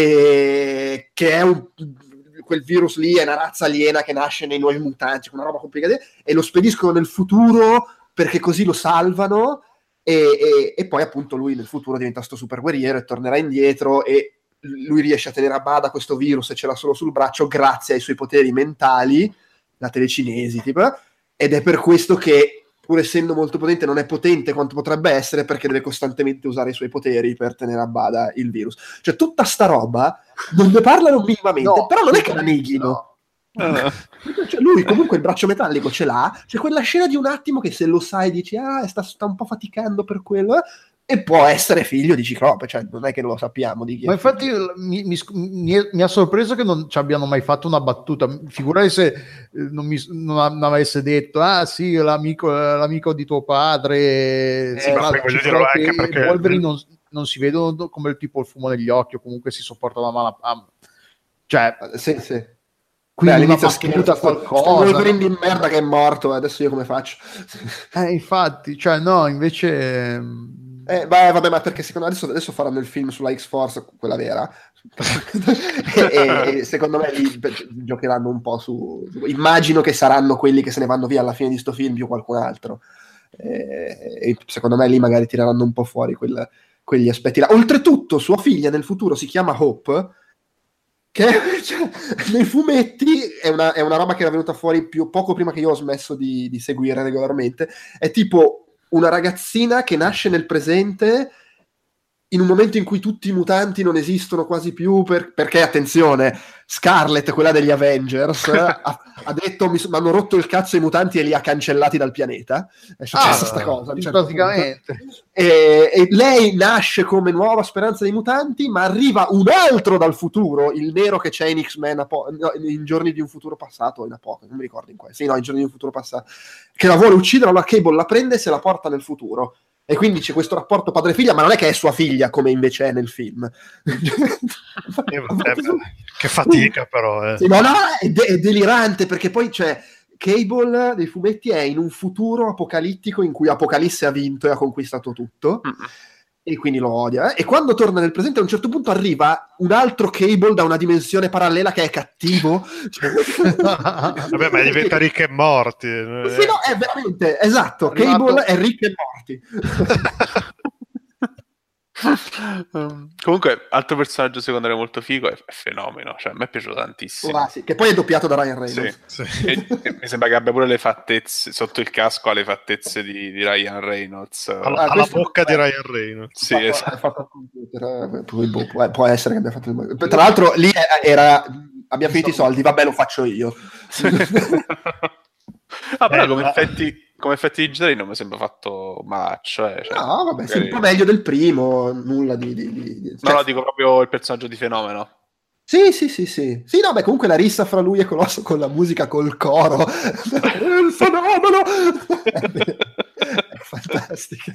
e che è un, quel virus lì è una razza aliena che nasce nei nuovi mutanti, una roba complicata, e lo spediscono nel futuro perché così lo salvano, e, e, e poi appunto lui nel futuro diventa sto super guerriero e tornerà indietro e lui riesce a tenere a bada questo virus e ce l'ha solo sul braccio grazie ai suoi poteri mentali, la telecinesi, tipo, ed è per questo che, pur essendo molto potente, non è potente quanto potrebbe essere perché deve costantemente usare i suoi poteri per tenere a bada il virus. Cioè, tutta sta roba non ne parlano minimamente, No, però non è che la neghino. Ah. Cioè, lui comunque il braccio metallico ce l'ha, c'è quella scena di un attimo che se lo sai dici, ah, sta, sta un po' faticando per quello, eh, e può essere figlio di Ciclope, cioè non è che lo sappiamo di chi è Ma infatti figlio. mi, mi, mi, è- mi ha sorpreso che non ci abbiano mai fatto una battuta. Figurati se eh, non, mi, non, a- non avesse detto, ah sì, l'amico, l'amico di tuo padre. Eh, Sì, ma tra poi l'altro voglio ci dire, sono anche che perché- i Wolverine non, non si vedono come il tipo il fumo negli occhi o comunque si sopportano la mano a... Cioè, Sì, sì. quindi Beh, una all'inizio battuta, scherzo, sto- sto qualcosa. Wolverine di merda che è morto, adesso io come faccio? Eh, infatti, cioè no, invece... ehm, Eh, beh, vabbè, ma perché secondo me adesso, adesso faranno il film sulla X-Force, quella vera, e, e- e secondo me lì beh, giocheranno un po' su... Immagino che saranno quelli che se ne vanno via alla fine di sto film più qualcun altro. E, e secondo me lì magari tireranno un po' fuori quel, quegli aspetti là. Oltretutto sua figlia nel futuro si chiama Hope, che cioè, nei fumetti è una, è una roba che era venuta fuori più, poco prima che io ho smesso di, di seguire regolarmente. È tipo una ragazzina che nasce nel presente in un momento in cui tutti i mutanti non esistono quasi più, per, perché, attenzione, Scarlet, quella degli Avengers, ha, ha detto mi hanno rotto il cazzo i mutanti e li ha cancellati dal pianeta. È successa Ah, sta cosa. certo praticamente. E, e lei nasce come nuova speranza dei mutanti, ma arriva un altro dal futuro, il nero che c'è in X-Men Apo- no, in Giorni di un futuro passato, o in Apocalypse, non mi ricordo in questo. Sì, no, in Giorni di un futuro passato. Che la vuole uccidere, allora Cable la prende e se la porta nel futuro. E quindi c'è questo rapporto padre-figlia, ma non è che è sua figlia come invece è nel film. Eh, vabbè, che fatica però. Eh. Sì, ma no, è, de- è delirante perché poi c'è Cable dei fumetti è in un futuro apocalittico in cui Apocalisse ha vinto e ha conquistato tutto. Mm. E quindi lo odia. Eh? E quando torna nel presente, a un certo punto arriva un altro Cable da una dimensione parallela che è cattivo. Vabbè, ma diventa Rick e Morty. Sì, no, è veramente, esatto. Arrivato... Cable è Rick e Morty. um, comunque, altro personaggio secondario molto figo è Fenomeno. Cioè, a me è piaciuto tantissimo. Oh, sì, che poi è doppiato da Ryan Reynolds. Sì. Sì. E, e mi sembra che abbia pure le fattezze sotto il casco, ha le fattezze di, di Ryan Reynolds. Alla, ah, alla bocca è... di Ryan Reynolds. Sì, fatto, esatto. Fatto computer, può, può, può essere che abbia fatto il... Tra l'altro lì era abbiamo finito i soldi, vabbè, lo faccio io. Ah, però come effetti, come effetti digitali non mi sembra fatto malaccio. Eh. Cioè, no, vabbè, magari... sì, un po' meglio del primo, nulla di... di, di, di... No, cioè... no, dico proprio il personaggio di Fenomeno. Sì, sì, sì, sì. Sì, no, beh, comunque la rissa fra lui e Colosso con la musica, col coro. Il fenomeno! È fantastica.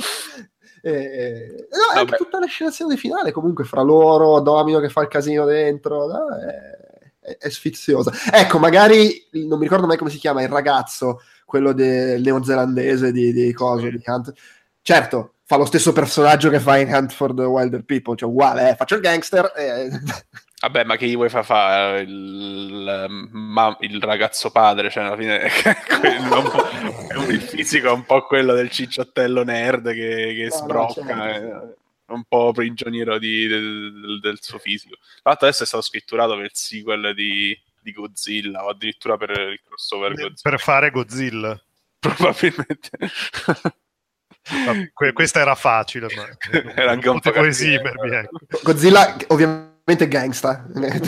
E... No, anche tutta la scenazione finale, comunque, fra loro, Domino che fa il casino dentro, no? È... È, è sfiziosa. Ecco, magari, non mi ricordo mai come si chiama, il ragazzo, quello del neozelandese di, di cosa, di Hunt. Certo, fa lo stesso personaggio che fa in Hunt for the Wilder People, cioè uguale, eh, faccio il gangster e... Vabbè, ma che gli vuoi far fare il, ma, il ragazzo padre, cioè alla fine è un, il fisico è un po' quello del cicciottello nerd che, che no, sbrocca, no, certo. È un po' prigioniero di, del, del suo fisico. Tra l'altro adesso è stato scritturato per il sequel di, di Godzilla o addirittura per il crossover Godzilla. Per fare Godzilla. Probabilmente. Que- questa era facile, ma era anche un po' esimermi, ecco. Godzilla ovviamente gangsta.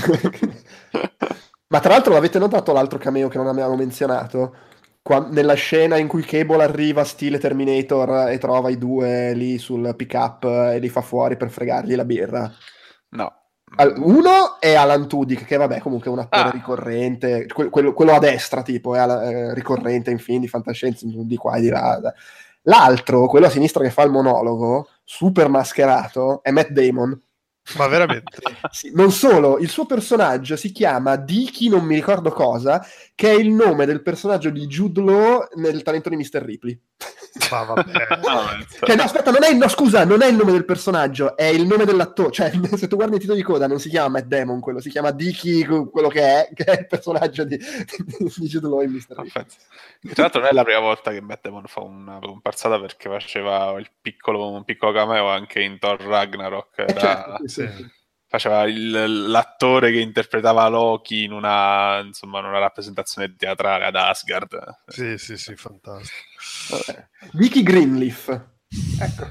Ma tra l'altro l'avete notato l'altro cameo che non abbiamo menzionato? Qua, nella scena in cui Cable arriva stile Terminator e trova i due lì sul pick up e li fa fuori per fregargli la birra. No. Uno è Alan Tudyk, che vabbè comunque è un attore ah. ricorrente, que- quello, quello a destra tipo è eh, ricorrente in film di fantascienza di qua e di là. L'altro, quello a sinistra che fa il monologo, super mascherato, è Matt Damon. Ma veramente? Sì, non solo, il suo personaggio si chiama Dicky non mi ricordo cosa, che è il nome del personaggio di Jude Law nel Talento di mister Ripley. Ma vabbè. Che, no, aspetta, non è, no, scusa, non è il nome del personaggio, è il nome dell'attore. Cioè, se tu guardi il titolo di coda non si chiama Matt Damon, quello si chiama Dicky, quello che è, che è il personaggio di, di Jude Law in mister Ripley. Tra l'altro non è la prima volta che Matt Damon fa una comparsata, perché faceva il piccolo, un piccolo cameo anche in Thor Ragnarok. Eh, da... certo, sì, sì. Faceva il, l'attore che interpretava Loki in una, insomma, in una rappresentazione teatrale ad Asgard. Sì, sì, sì, fantastico. Vabbè. Dicky Greenleaf. Ecco.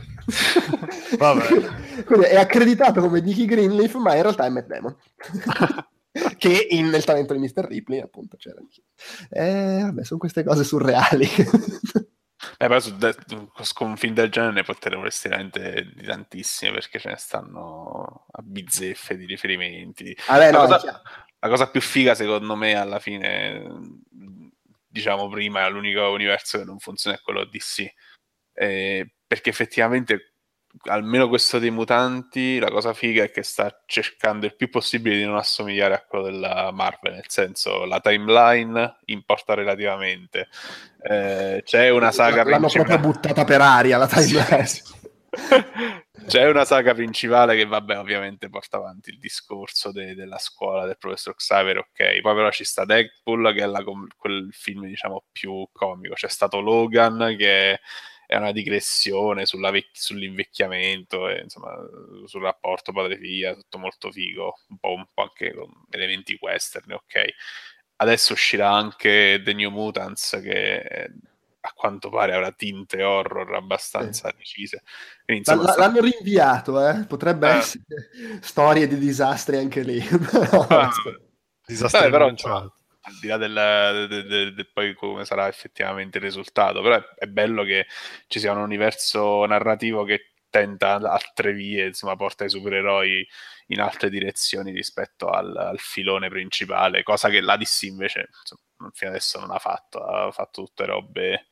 Vabbè. Quindi è accreditato come Dicky Greenleaf, ma in realtà è Matt Damon. Che in, nel Talento di mister Ripley appunto c'era. Eh, vabbè, sono queste cose surreali. Eh, però su, de- su un film del genere ne potresti veramente di tantissime, perché ce ne stanno a bizzeffe di riferimenti. Vabbè, la, no, cosa, la cosa più figa secondo me alla fine, diciamo prima, è l'unico universo che non funziona è quello D C, eh, perché effettivamente almeno questo dei mutanti, la cosa figa è che sta cercando il più possibile di non assomigliare a quello della Marvel, nel senso la timeline importa relativamente, eh, c'è una saga l'hanno principale... proprio buttata per aria la timeline. Sì, sì. C'è una saga principale che vabbè ovviamente porta avanti il discorso de- della scuola del professor Xavier, ok, poi però ci sta Deadpool che è la com- quel film diciamo più comico, c'è stato Logan che è una digressione sulla vec- sull'invecchiamento e insomma sul rapporto padre-figlia, tutto molto figo, un po', un po' anche con elementi western, ok. Adesso uscirà anche The New Mutants, che a quanto pare avrà tinte horror abbastanza decise. Quindi, insomma, L- sta... l'hanno rinviato, eh? Potrebbe eh. essere storie di disastri anche lì. No, Ah, disastri vabbè, però annunciati. insomma, al di là del, de, de, de, poi come sarà effettivamente il risultato, però è, è bello che ci sia un universo narrativo che tenta altre vie, insomma porta i supereroi in altre direzioni rispetto al, al filone principale, cosa che la D C invece insomma, fino adesso non ha fatto, ha fatto tutte robe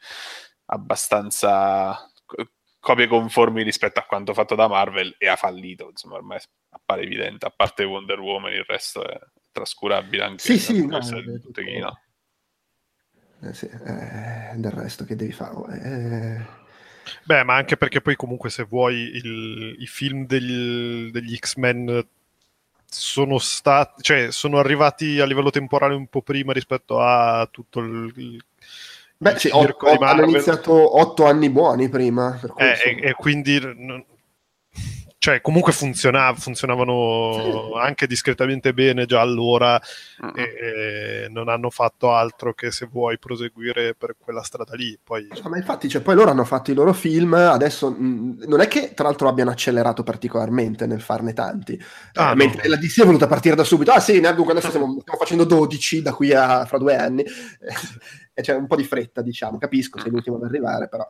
abbastanza copie conformi rispetto a quanto fatto da Marvel e ha fallito, insomma ormai appare evidente, a parte Wonder Woman il resto è trascurabile anche sì, sì, no, del botteghino. Eh, sì, eh, del resto che devi fare eh... Beh, ma anche perché poi comunque se vuoi il, i film degli, degli X-Men sono stati, cioè sono arrivati a livello temporale un po' prima rispetto a tutto il, il beh sì, o, o, hanno iniziato otto anni buoni prima per cui, eh, e, e quindi non, cioè comunque funzionava, funzionavano sì. anche discretamente bene già allora uh-huh. e, e non hanno fatto altro che se vuoi proseguire per quella strada lì poi... no, ma infatti cioè, poi loro hanno fatto i loro film adesso mh, non è che tra l'altro abbiano accelerato particolarmente nel farne tanti ah, eh, no, mentre no. la D C è voluta partire da subito ah sì, dunque adesso stiamo, stiamo facendo dodici da qui a fra due anni e c'è un po' di fretta diciamo, capisco sei l'ultimo ad arrivare però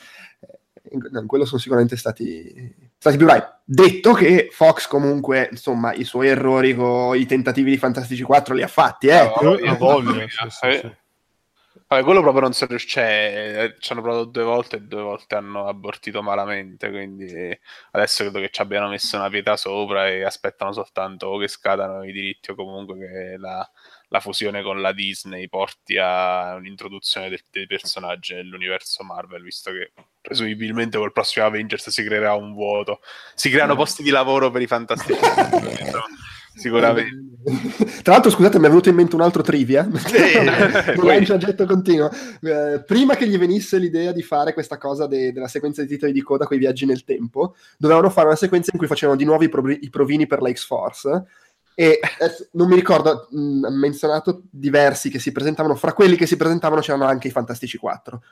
in quello sono sicuramente stati stati più bravi. Detto che Fox comunque insomma i suoi errori con i tentativi di Fantastici quattro li ha fatti eh. Ah, voglia, voglia, sì, sì, sì. Vabbè, quello proprio non si riesce, cioè, ci hanno provato due volte e due volte hanno abortito malamente, quindi adesso credo che ci abbiano messo una pietra sopra e aspettano soltanto o che scadano i diritti o comunque che la, la fusione con la Disney porti a un'introduzione dei, dei personaggi nell'universo Marvel, visto che presumibilmente col prossimo Avengers si creerà un vuoto, si creano posti di lavoro per i fantastici. Sicuramente. Tra l'altro scusate mi è venuto in mente un altro trivia eh, un lancio a getto continuo eh, prima che gli venisse l'idea di fare questa cosa de- della sequenza di titoli di coda con i viaggi nel tempo dovevano fare una sequenza in cui facevano di nuovo i, pro- i provini per la X-Force e eh, non mi ricordo mh, ha menzionato diversi che si presentavano fra quelli che si presentavano c'erano anche i Fantastici quattro.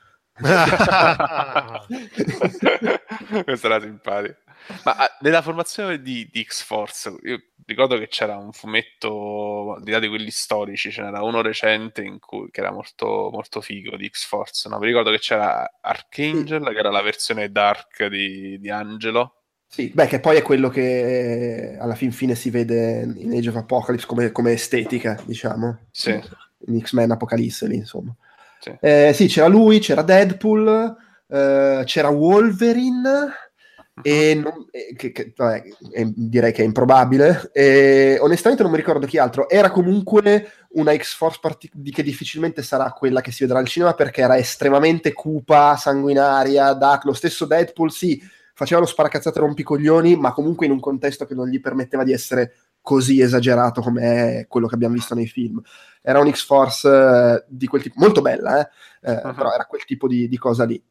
Questa era simpatica. Ma nella formazione di, di X-Force io ricordo che c'era un fumetto al di là di quelli storici, ce n'era uno recente in cui, che era molto, molto figo di X-Force, no? Mi ricordo che c'era Archangel sì. che era la versione dark di, di Angelo. Sì, beh, che poi è quello che alla fin fine si vede in Age of Apocalypse come, come estetica, diciamo. Sì. In X-Men Apocalisse lì, insomma. Sì, eh, sì c'era lui, c'era Deadpool, eh, c'era Wolverine, uh-huh. e non, eh, che, che, vabbè, eh, direi che è improbabile. E, onestamente non mi ricordo chi altro. Era comunque una X-Force partic- di che difficilmente sarà quella che si vedrà al cinema perché era estremamente cupa, sanguinaria, dark. Lo stesso Deadpool, sì, faceva lo sparacazzate rompicoglioni, ma comunque in un contesto che non gli permetteva di essere così esagerato come è quello che abbiamo visto nei film. Era un X-Force eh, di quel tipo, molto bella, eh? Eh, uh-huh. però era quel tipo di, di cosa lì.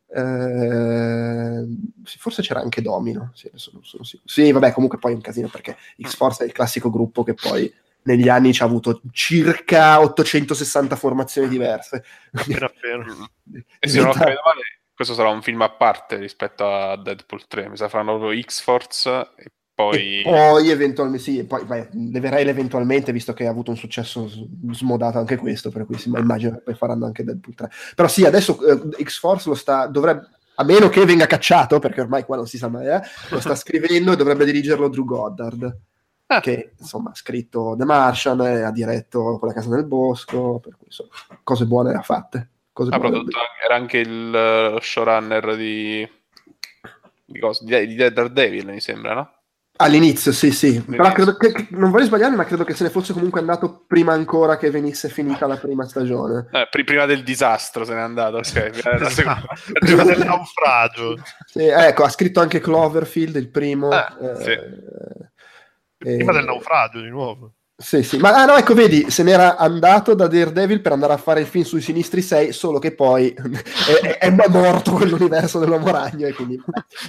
Eh, forse c'era anche Domino, sì, adesso non sono sicuro. Sì, vabbè, comunque poi è un casino perché X-Force è il classico gruppo che poi negli anni ci ha avuto circa ottocentosessanta formazioni diverse. Appena appena. E se non credo male, questo sarà un film a parte rispetto a Deadpool tre, mi sa faranno proprio X-Force e poi... E poi eventualmente, sì, poi beh, leverei eventualmente, visto che ha avuto un successo smodato anche questo, per cui sì, ma immagino che poi faranno anche Deadpool tre. Però sì, adesso eh, X-Force lo sta, dovrebbe, a meno che venga cacciato, perché ormai qua non si sa mai, eh, lo sta scrivendo e dovrebbe dirigerlo Drew Goddard, ah. che insomma ha scritto The Martian e ha diretto Quella casa nel bosco, per cui insomma, cose buone le ha fatte. Cose ah, buone prodotto, era anche il uh, showrunner di... Di, cosa? di di Daredevil, mi sembra, no? All'inizio, sì, sì. Però credo che, che, non vorrei sbagliarmi, ma credo che se ne fosse comunque andato prima ancora che venisse finita la prima stagione. Eh, pr- prima del disastro se n'è andato, okay. prima, della seconda... prima del naufragio. Sì, ecco, ha scritto anche Cloverfield, il primo. Ah, eh, sì. eh, prima del naufragio, di nuovo. Sì, sì, ma ah, no, ecco, vedi, se n'era andato da Daredevil per andare a fare il film sui Sinistri sei, solo che poi è, è, è morto quell'universo dell'uomo ragno e quindi...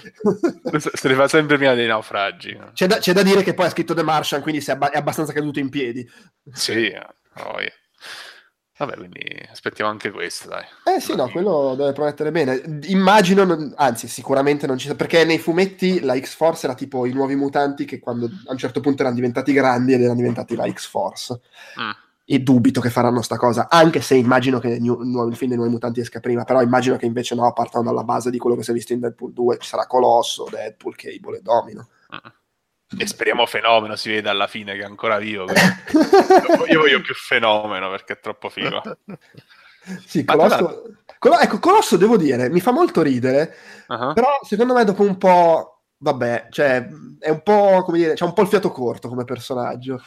Se ne fa sempre prima dei naufragi. C'è da, c'è da dire che poi ha scritto The Martian, quindi si è, abba- è abbastanza caduto in piedi. Sì, oh, yeah. Vabbè, quindi aspettiamo anche questo, dai. Eh sì, no, quello deve promettere bene. Immagino, non- anzi, sicuramente non ci sta, perché nei fumetti la X-Force era tipo i nuovi mutanti che quando a un certo punto erano diventati grandi ed erano diventati la X-Force. Mm. E dubito che faranno sta cosa, anche se immagino che New- il film dei nuovi mutanti esca prima, però immagino che invece no, partano dalla base di quello che si è visto in Deadpool due, ci sarà Colosso, Deadpool, Cable e Domino. Mm. E speriamo Fenomeno si veda alla fine che è ancora vivo. Io voglio più Fenomeno perché è troppo figo. Sì, Ma Colosso, Colo- ecco, Colosso devo dire, mi fa molto ridere, uh-huh. però secondo me dopo un po', vabbè, cioè è un po', come dire, c'ha un po' il fiato corto come personaggio.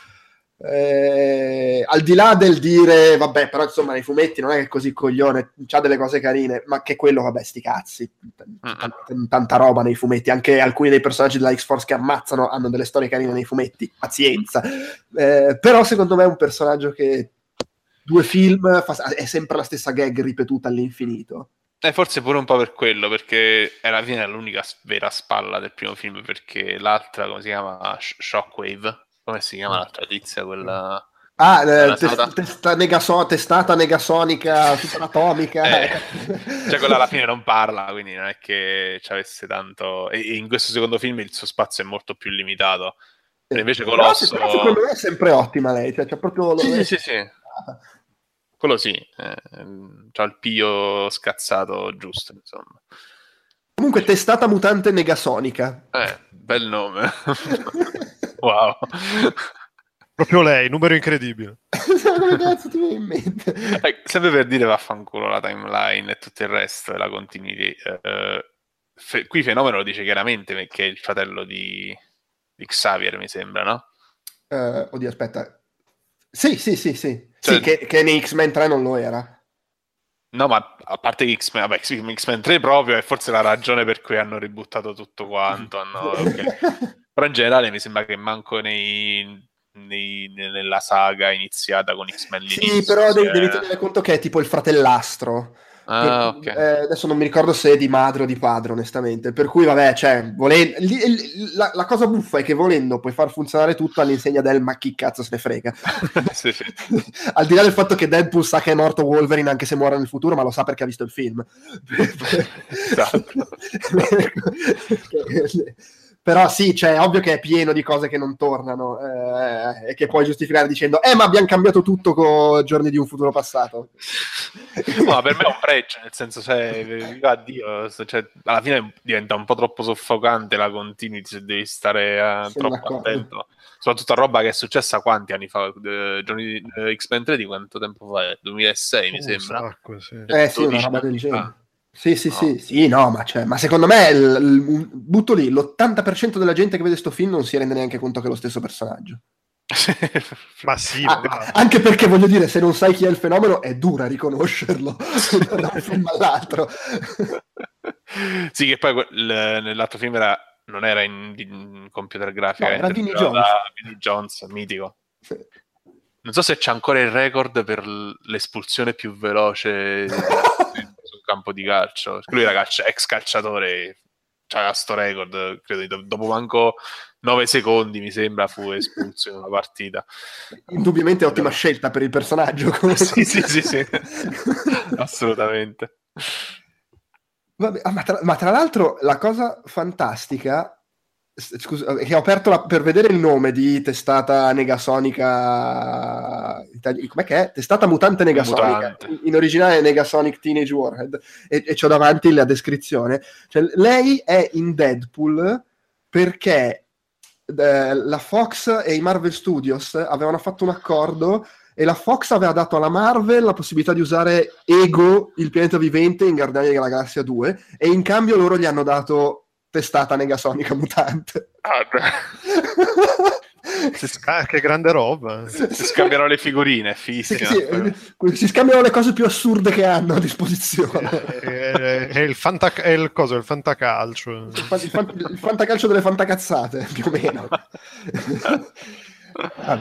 Eh, al di là del dire, vabbè, però insomma nei fumetti non è che è così coglione, c'ha delle cose carine, ma che quello, vabbè, sti cazzi, tanta, tanta roba nei fumetti, anche alcuni dei personaggi della X-Force che ammazzano hanno delle storie carine nei fumetti, pazienza. Eh, però secondo me è un personaggio che due film fa, è sempre la stessa gag ripetuta all'infinito. Eh, forse pure un po' per quello, perché alla fine è l'unica vera spalla del primo film, perché l'altra, come si chiama? Shockwave? Come si chiama l'altra tizia? Quella... Ah, eh, test- testa negaso- testata negasonica superatomica. Eh, cioè quella alla fine non parla, quindi non è che ci avesse tanto... E in questo secondo film il suo spazio è molto più limitato. E invece Colosso... Però secondo me è sempre ottima lei, cioè c'è proprio... Sì, sì, sì, sì. Quello sì, eh, c'ha il pio scazzato giusto, insomma. Comunque testata mutante negasonica. Eh, bel nome. Wow. Proprio lei, numero incredibile. Come cazzo ti viene in mente? Eh, sempre per dire vaffanculo la timeline e tutto il resto e la continuity. Eh, fe- qui Fenomeno lo dice chiaramente perché è il fratello di, di Xavier, mi sembra, no? Uh, oddio, aspetta. Sì, sì, sì, sì. Cioè, sì, che, che nei X-Men tre non lo era. No, ma a parte che X-Men, vabbè, X-Men tre proprio è forse la ragione per cui hanno ributtato tutto quanto. Hanno, okay. Però in generale mi sembra che manco nei, nei, nella saga iniziata con X-Men l'inizio. Sì, però devi, è... devi tenere conto che è tipo il fratellastro. Ah, per, ok. eh, adesso non mi ricordo se è di madre o di padre, onestamente. Per cui, vabbè, cioè, volen- li, li, la, la cosa buffa è che volendo puoi far funzionare tutto all'insegna del ma chi cazzo se ne frega. Sì, sì. Al di là del fatto che Deadpool sa che è morto Wolverine anche se muore nel futuro, ma lo sa perché ha visto il film. Esatto. Però sì, cioè, è ovvio che è pieno di cose che non tornano eh, e che puoi giustificare dicendo eh ma abbiamo cambiato tutto con Giorni di un futuro passato. No, per me è un pregio, nel senso, cioè, addio, cioè, alla fine diventa un po' troppo soffocante la continuity se devi stare uh, troppo d'accordo. attento, soprattutto a roba che è successa quanti anni fa. uh, Giorni, uh, X-Men tre di quanto tempo fa è? duemilasei mi Un sembra. sacco, sì. Eh sì, una dodici roba del anni genere. fa. Sì, sì, No. sì, sì, no, ma, cioè, ma secondo me il, il, butto lì, l'ottanta per cento della gente che vede sto film non si rende neanche conto che è lo stesso personaggio. Ma sì, Ah, ma... anche perché voglio dire, se non sai chi è il fenomeno è dura riconoscerlo da un film all'altro. Sì, che poi quel- nell'altro film era, non era in, in computer grafica, No, era Vinnie interpretato Jones. da Vinnie Jones, mitico. Non so se c'è ancora il record per l- l'espulsione più veloce sul campo di calcio. Lui era calcio- ex calciatore, c'aveva sto record, credo, do- dopo manco nove secondi, mi sembra, fu espulso in una partita. Indubbiamente ottima scelta per il personaggio. Sì, sì, sì, sì. Assolutamente. Vabbè, ah, ma, tra, ma tra l'altro la cosa fantastica, scusa, che ho aperto la, per vedere il nome di testata negasonica, com'è che è? Testata mutante negasonica, Mutante. in, in originale Negasonic Teenage Warhead, e, e c'ho davanti la descrizione. Cioè, lei è in Deadpool perché eh, la Fox e i Marvel Studios avevano fatto un accordo e la Fox aveva dato alla Marvel la possibilità di usare Ego, il pianeta vivente, in Guardiani della Galassia due, e in cambio loro gli hanno dato testata negasonica mutante. Ah, Ah, che grande roba. si scambiano le figurine, Sì, fissima. sì, eh, si scambiano le cose più assurde che hanno a disposizione. È, è il, fanta, è il, cosa, il fantacalcio. Il, fan- il, fan- il fantacalcio delle fantacazzate, più o meno. Vabbè.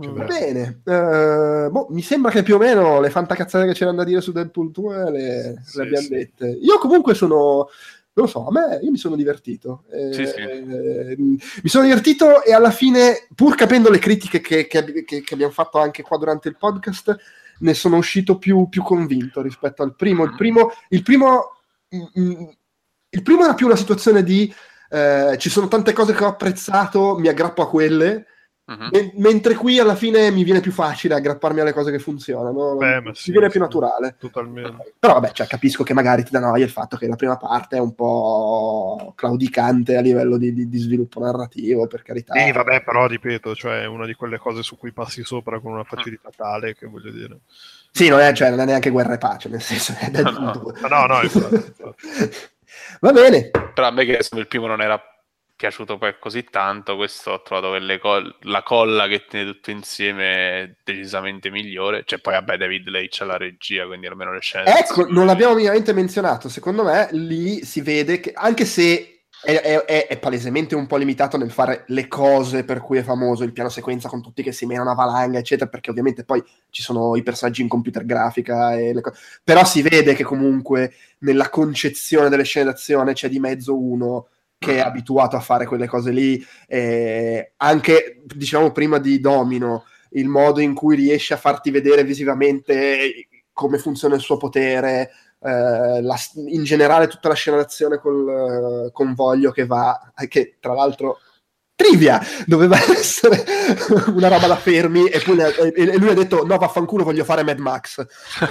Va bene, uh, boh, mi sembra che più o meno le fantacazzate che c'erano da dire su Deadpool due le, sì, le abbiamo sì. dette. Io comunque sono, non lo so, a me io mi sono divertito. Eh, sì, sì. Eh, mi sono divertito e alla fine, pur capendo le critiche che, che, che, che abbiamo fatto anche qua durante il podcast, ne sono uscito più, più convinto rispetto al primo. Il primo, il primo, il primo era più una situazione di eh, ci sono tante cose che ho apprezzato, mi aggrappo a quelle. Uh-huh. M- mentre qui alla fine mi viene più facile aggrapparmi alle cose che funzionano. Beh, mi sì, viene più sì, naturale. Totalmente. Però vabbè, cioè, capisco che magari ti dà noia il fatto che la prima parte è un po' claudicante a livello di, di, di sviluppo narrativo, per carità. Sì, vabbè, però ripeto, cioè è una di quelle cose su cui passi sopra con una facilità tale che voglio dire. Sì, non è, cioè, non è neanche Guerra e Pace, nel senso è no, no. no, no, infatti, infatti. Va bene. Però a me che il primo non era piaciuto poi così tanto, questo ho trovato che le col- la colla che tiene tutto insieme è decisamente migliore. Cioè poi vabbè David Leitch alla regia, quindi almeno le scene ecco, non l'abbiamo minimamente menzionato, secondo me lì si vede che anche se è, è, è palesemente un po' limitato nel fare le cose per cui è famoso, il piano sequenza con tutti che si menano a valanga eccetera, perché ovviamente poi ci sono i personaggi in computer grafica e le co- però si vede che comunque nella concezione delle scene d'azione c'è di mezzo uno che è abituato a fare quelle cose lì, eh, anche diciamo prima di Domino, il modo in cui riesce a farti vedere visivamente come funziona il suo potere, eh, la, in generale tutta la scena d'azione col uh, convoglio che va, che tra l'altro trivia, doveva essere una roba da fermi e, poi, e, e lui ha detto no vaffanculo voglio fare Mad Max.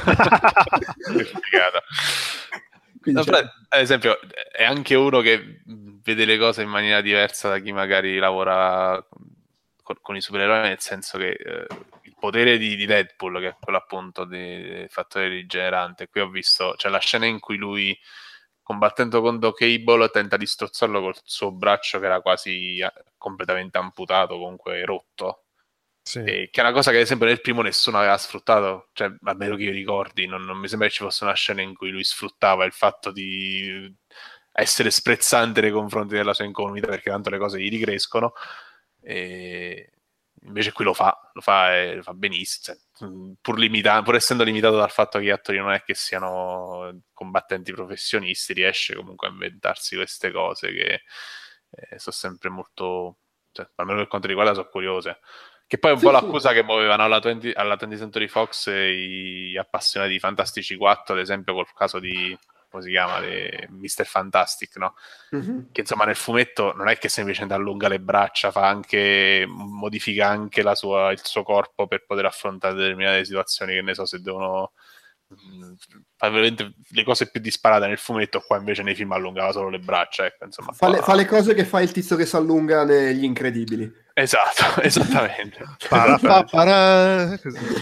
No, però, ad esempio è anche uno che vede le cose in maniera diversa da chi magari lavora con, con i supereroi, nel senso che eh, il potere di, di Deadpool, che è quello appunto del fattore rigenerante, qui ho visto, c'è la scena in cui lui combattendo contro Cable tenta di strozzarlo col suo braccio che era quasi completamente amputato, comunque rotto. Sì. E che è una cosa che ad esempio nel primo nessuno aveva sfruttato, cioè almeno che io ricordi, non, non mi sembra che ci fosse una scena in cui lui sfruttava il fatto di essere sprezzante nei confronti della sua incolumità, perché tanto le cose gli ricrescono, e invece qui lo fa, lo fa e lo fa benissimo, cioè, pur, limita- pur essendo limitato dal fatto che gli attori non è che siano combattenti professionisti, riesce comunque a inventarsi queste cose che eh, sono sempre molto, cioè, almeno per quanto riguarda sono curiose. Che poi è un sì, po' l'accusa sì. che muovevano alla twentieth alla twentieth Century Fox gli appassionati di Fantastici quattro, ad esempio col caso di, come si chiama, di mister Fantastic, no? Mm-hmm. Che insomma nel fumetto non è che semplicemente allunga le braccia, fa anche, modifica anche la sua, il suo corpo per poter affrontare determinate situazioni, che ne so, se devono fa veramente le cose più disparate nel fumetto, qua invece nei film allungava solo le braccia, ecco, insomma, fa, le, fa le cose che fa il tizio che si allunga negli Incredibili. Esatto, esattamente. para, para, para.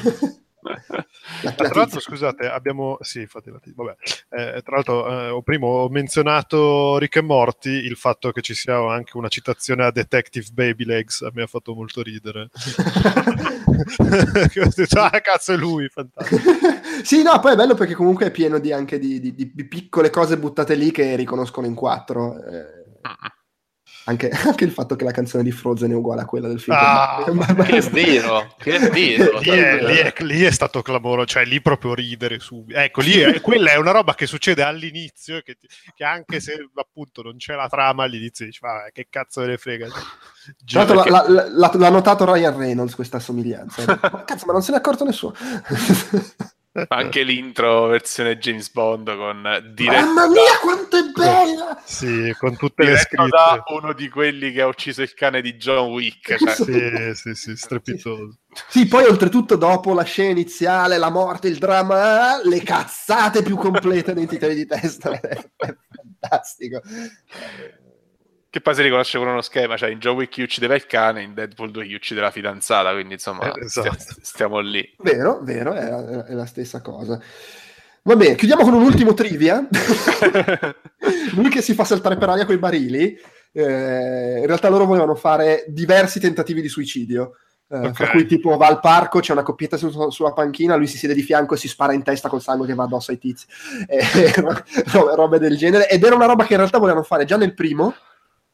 Tra l'altro, scusate, abbiamo sì, infatti, vabbè. Eh, tra l'altro, eh, ho prima ho menzionato Rick e Morty, il fatto che ci sia anche una citazione a Detective Baby Legs a me ha fatto molto ridere. Ah, cazzo, è lui, fantastico. Sì, no, poi è bello perché comunque è pieno di anche di, di, di piccole cose buttate lì che riconoscono in quattro. Eh. Anche, anche il fatto che la canzone di Frozen è uguale a quella del film. Ah, che è vero, che è vero. Lì è, lì, è, lì è stato clamoroso, cioè lì proprio ridere subito. Ecco, lì è, quella è una roba che succede all'inizio, che, che anche se appunto non c'è la trama all'inizio dici, ah, che cazzo ne frega. Tra l'altro che... l'ha, l'ha, l'ha notato Ryan Reynolds questa somiglianza. Ma cazzo, ma non se ne è accorto nessuno. Anche l'intro versione James Bond con diretto mamma mia da... quanto è bella, sì, con tutte le scritte da uno di quelli che ha ucciso il cane di John Wick, cioè. sì, sì, sì, strepitoso. Sì, poi oltretutto dopo la scena iniziale, la morte, il dramma, le cazzate più complete nei titoli di testa, è, è fantastico. Che poi si riconosce con uno schema, cioè in John Wick chi uccideva il cane, in Deadpool due chi uccide la fidanzata, quindi insomma eh, esatto. stiamo, stiamo lì. Vero, vero, è, è la stessa cosa. Va bene, chiudiamo con un ultimo trivia. Lui che si fa saltare per aria coi barili, eh, in realtà loro volevano fare diversi tentativi di suicidio. Eh, okay. Fra cui tipo va al parco, c'è una coppietta su, sulla panchina, lui si siede di fianco e si spara in testa col sangue che va addosso ai tizi, eh, robe del genere, ed era una roba che in realtà volevano fare già nel primo,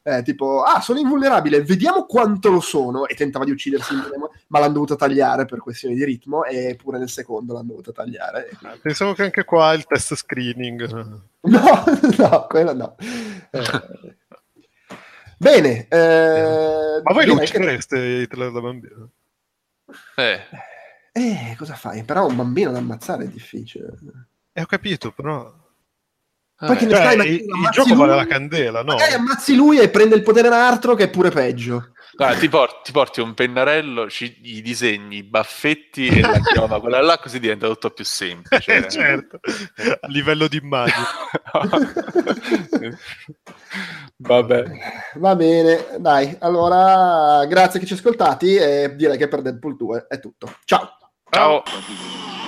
Eh, tipo, ah, sono invulnerabile, vediamo quanto lo sono, e tentava di uccidersi, ma l'hanno dovuto tagliare per questioni di ritmo, e pure nel secondo l'hanno dovuto tagliare. Ah, pensavo che anche qua il test screening. No, no, quello no. Eh, bene. Eh, ma voi lo bene, uccidereste Hitler da bambino? Eh. Eh, cosa fai? Però un bambino da ammazzare è difficile. Eh, ho capito, però... Poi che ne Cioè, sai, il, il gioco lui, vale la candela, no? Magari ammazzi lui e prende il potere un altro, che è pure peggio. Guarda, ti, porti, ti porti un pennarello, ci, gli disegni i baffetti e la chioma quella là, così diventa tutto più semplice. Eh, certo, a livello di immagine. Vabbè. Va bene, dai. Allora, grazie che ci ascoltati e direi che per Deadpool due è tutto. Ciao! Ciao!